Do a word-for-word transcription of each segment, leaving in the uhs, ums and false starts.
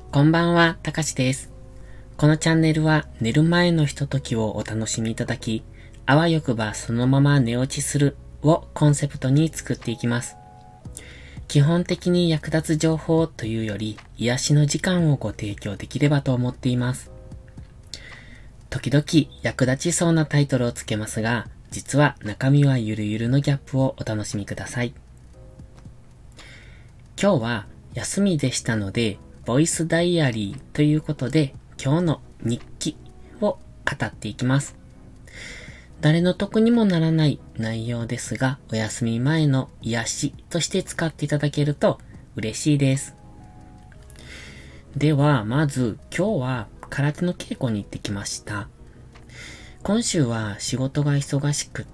こんばんは、たかしです。このチャンネルは寝る前のひとときをお楽しみいただき、あわよくばそのまま寝落ちするをコンセプトに作っていきます。基本的に役立つ情報というより、癒しの時間をご提供できればと思っています。時々役立ちそうなタイトルをつけますが、実は中身はゆるゆるのギャップをお楽しみください。今日は休みでしたので、ボイスダイアリーということで、今日の日記を語っていきます。誰の得にもならない内容ですが、お休み前の癒しとして使っていただけると嬉しいです。では、まず今日は空手の稽古に行ってきました。今週は仕事が忙しくって、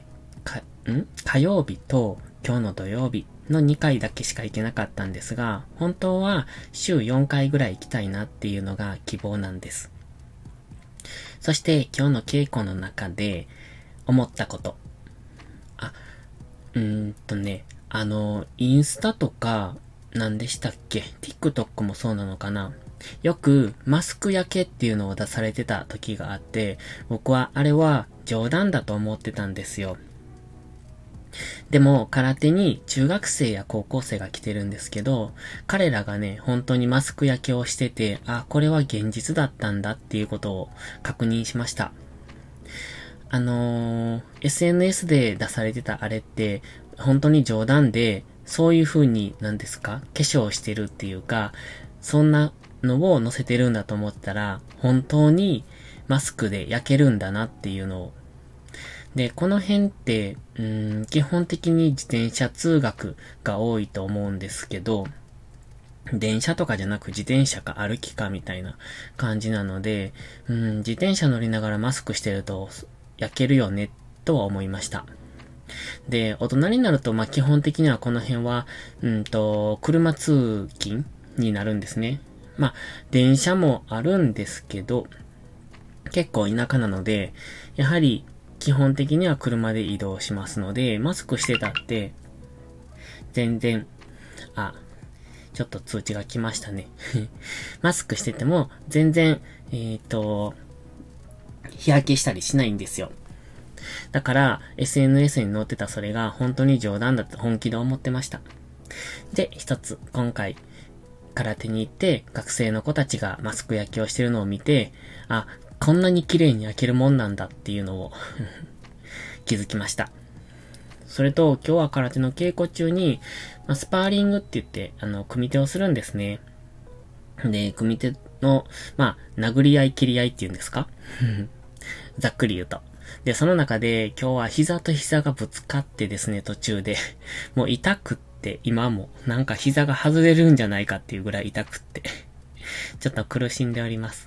か、ん火曜日と今日の土曜日のにかいだけしか行けなかったんですが、本当は週よんかいぐらい行きたいなっていうのが希望なんです。そして今日の稽古の中で思ったこと。あ、うーんとね、あの、インスタとか何でしたっけ？ TikTok もそうなのかな？よくマスク焼けっていうのを出されてた時があって、僕はあれは冗談だと思ってたんですよ。でも、空手に中学生や高校生が来てるんですけど、彼らがね、本当にマスク焼けをしてて、あ、これは現実だったんだっていうことを確認しました。あのー、エスエヌエス で出されてたあれって、本当に冗談で、そういう風に、なんですか？化粧してるっていうか、そんなのを載せてるんだと思ったら、本当にマスクで焼けるんだなっていうのをで、この辺って、うーん、基本的に自転車通学が多いと思うんですけど、電車とかじゃなく自転車か歩きかみたいな感じなので、うん、自転車乗りながらマスクしてると焼けるよね、とは思いました。で、大人になると、まあ、基本的にはこの辺は、うんと、車通勤になるんですね。まあ、電車もあるんですけど、結構田舎なので、やはり基本的には車で移動しますので、マスクしてたって、全然、あ、ちょっと通知が来ましたね。マスクしてても、全然、えっと、日焼けしたりしないんですよ。だから、エスエヌエス に載ってたそれが本当に冗談だと本気で思ってました。で、一つ、今回、空手に行って、学生の子たちがマスク焼きをしてるのを見て、あ、こんなに綺麗に焼けるもんなんだっていうのを気づきました。それと、今日は空手の稽古中に、まあ、スパーリングって言って、あの、組手をするんですね。で、組手の、まあ、殴り合い、切り合いっていうんですかざっくり言うと。で、その中で、今日は膝と膝がぶつかってですね、途中で。もう痛くって、今も、なんか膝が外れるんじゃないかっていうぐらい痛くって。ちょっと苦しんでおります。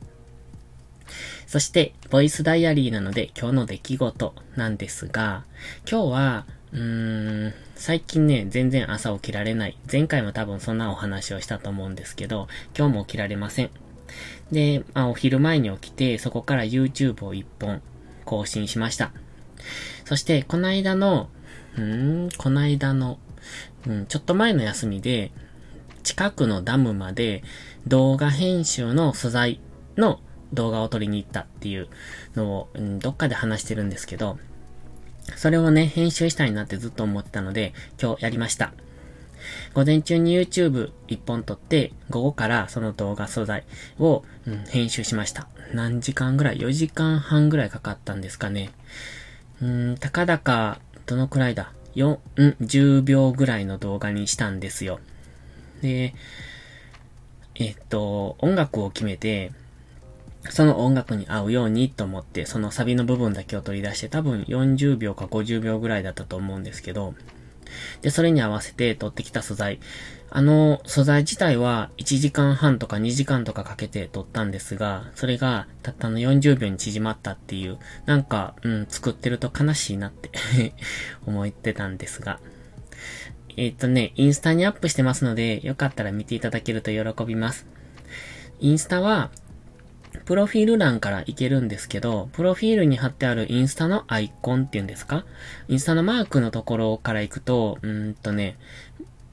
そして、ボイスダイアリーなので今日の出来事なんですが、今日は、うーん、最近ね、全然朝起きられない。前回も多分そんなお話をしたと思うんですけど、今日も起きられません。で、まあお昼前に起きて、そこから YouTube を一本更新しました。そして、この間の、うーん、この間の、うん、ちょっと前の休みで、近くのダムまで動画編集の素材の動画を撮りに行ったっていうのを、うん、どっかで話してるんですけど、それをね、編集したいなってずっと思ってたので、今日やりました。午前中に YouTube 一本撮って、午後からその動画素材を、うん、編集しました。何時間ぐらい ?よじかんはんぐらいかかったんですかね。うーん、たかだか、どのくらいだよん、ん、じゅうびょうぐらいの動画にしたんですよ。で、えっと、音楽を決めて、その音楽に合うようにと思って、そのサビの部分だけを取り出して、多分よんじゅうびょうかごじゅうびょうぐらいだったと思うんですけど、で、それに合わせて取ってきた素材。あの、素材自体はいちじかんはんとかにじかんとかかけて撮ったんですが、それがたったのよんじゅうびょうに縮まったっていう、なんか、うん、作ってると悲しいなって思ってたんですが。えっとね、インスタにアップしてますので、よかったら見ていただけると喜びます。インスタは、プロフィール欄から行けるんですけど、プロフィールに貼ってあるインスタのアイコンっていうんですか？インスタのマークのところから行くと、うーんとね、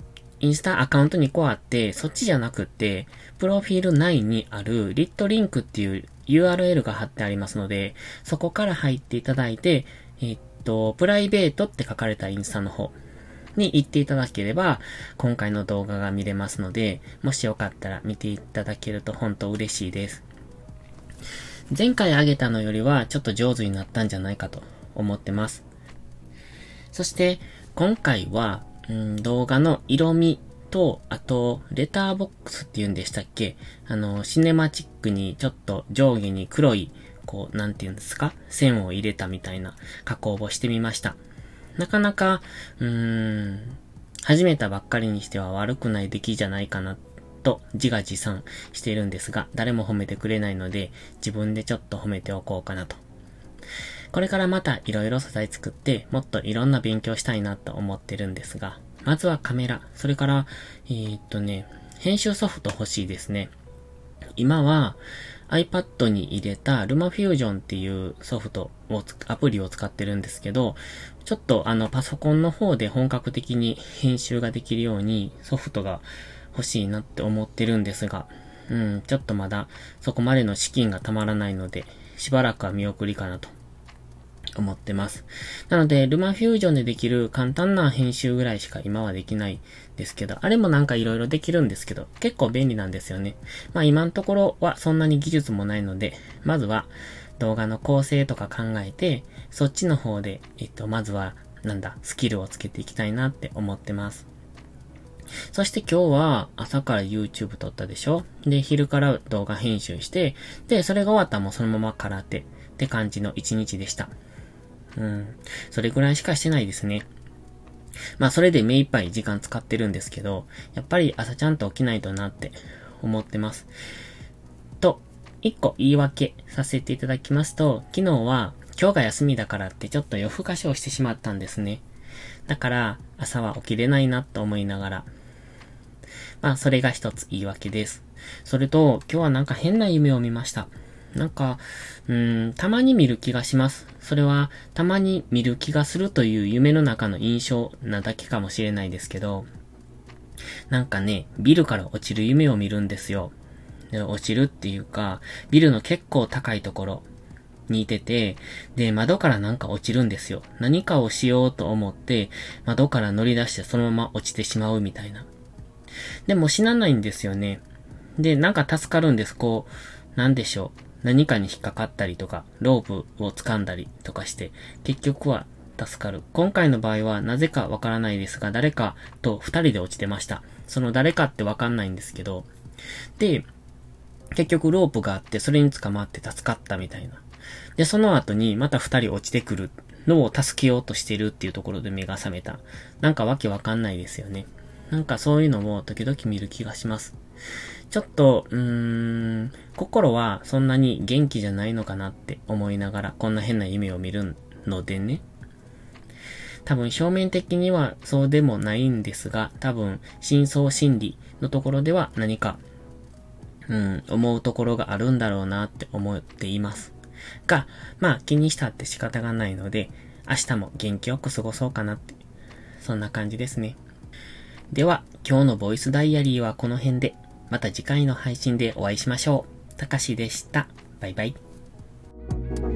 インスタアカウントにこあって、そっちじゃなくって、プロフィール内にあるリットリンクっていう ユーアールエル が貼ってありますので、そこから入っていただいて、えーっと、プライベートって書かれたインスタの方に行っていただければ、今回の動画が見れますので、もしよかったら見ていただけると本当嬉しいです。前回上げたのよりはちょっと上手になったんじゃないかと思ってます。そして、今回は、うん、動画の色味と、あと、レターボックスって言うんでしたっけ？あの、シネマチックにちょっと上下に黒い、こう、なんて言うんですか？線を入れたみたいな加工をしてみました。なかなか、うーん、始めたばっかりにしては悪くない出来じゃないかな、と自画自賛しているんですが、誰も褒めてくれないので、自分でちょっと褒めておこうかなと。これからまたいろいろ素材作って、もっといろんな勉強したいなと思ってるんですが、まずはカメラ、それから、えー、っとね、編集ソフト欲しいですね。今は iPad に入れた LumaFusion っていうソフトを、アプリを使ってるんですけど、ちょっとあのパソコンの方で本格的に編集ができるようにソフトが欲しいなって思ってるんですが、うん、ちょっとまだそこまでの資金がたまらないので、しばらくは見送りかなと思ってます。なので、LumaFusion でできる簡単な編集ぐらいしか今はできないですけど、あれもなんか色々できるんですけど、結構便利なんですよね。まあ今のところはそんなに技術もないので、まずは動画の構成とか考えて、そっちの方で、えっと、まずは、なんだ、スキルをつけていきたいなって思ってます。そして今日は朝から YouTube 撮ったでしょ？で、昼から動画編集して、で、それが終わったらもうそのまま空手って感じの一日でした。うん。それぐらいしかしてないですね。まあそれで目いっぱい時間使ってるんですけど、やっぱり朝ちゃんと起きないとなって思ってます。と、一個言い訳させていただきますと、昨日は今日が休みだからってちょっと夜更かしをしてしまったんですね。だから朝は起きれないなと思いながら、まあそれが一つ言い訳です。それと今日はなんか変な夢を見ました。なんか、うーん、たまに見る気がします。それは、たまに見る気がするという夢の中の印象なだけかもしれないですけど、なんかね、ビルから落ちる夢を見るんですよ。で、落ちるっていうか、ビルの結構高いところにいてて、で、窓からなんか落ちるんですよ。何かをしようと思って、窓から乗り出してそのまま落ちてしまうみたいな。でも死なないんですよね。で、なんか助かるんです。こう、なんでしょう。何かに引っかかったりとか、ロープを掴んだりとかして、結局は助かる。今回の場合はなぜかわからないですが、誰かと二人で落ちてました。その誰かってわかんないんですけど、で、結局ロープがあって、それに捕まって助かったみたいな。で、その後にまた二人落ちてくるのを助けようとしてるっていうところで目が覚めた。なんかわけわかんないですよね。なんかそういうのも時々見る気がします。ちょっと、うーん、心はそんなに元気じゃないのかなって思いながらこんな変な夢を見るのでね。多分表面的にはそうでもないんですが、多分深層心理のところでは何か、うん、思うところがあるんだろうなって思っています。が、まあ気にしたって仕方がないので、明日も元気よく過ごそうかなって、そんな感じですね。では、今日のボイスダイアリーはこの辺で、また次回の配信でお会いしましょう。たかしでした。バイバイ。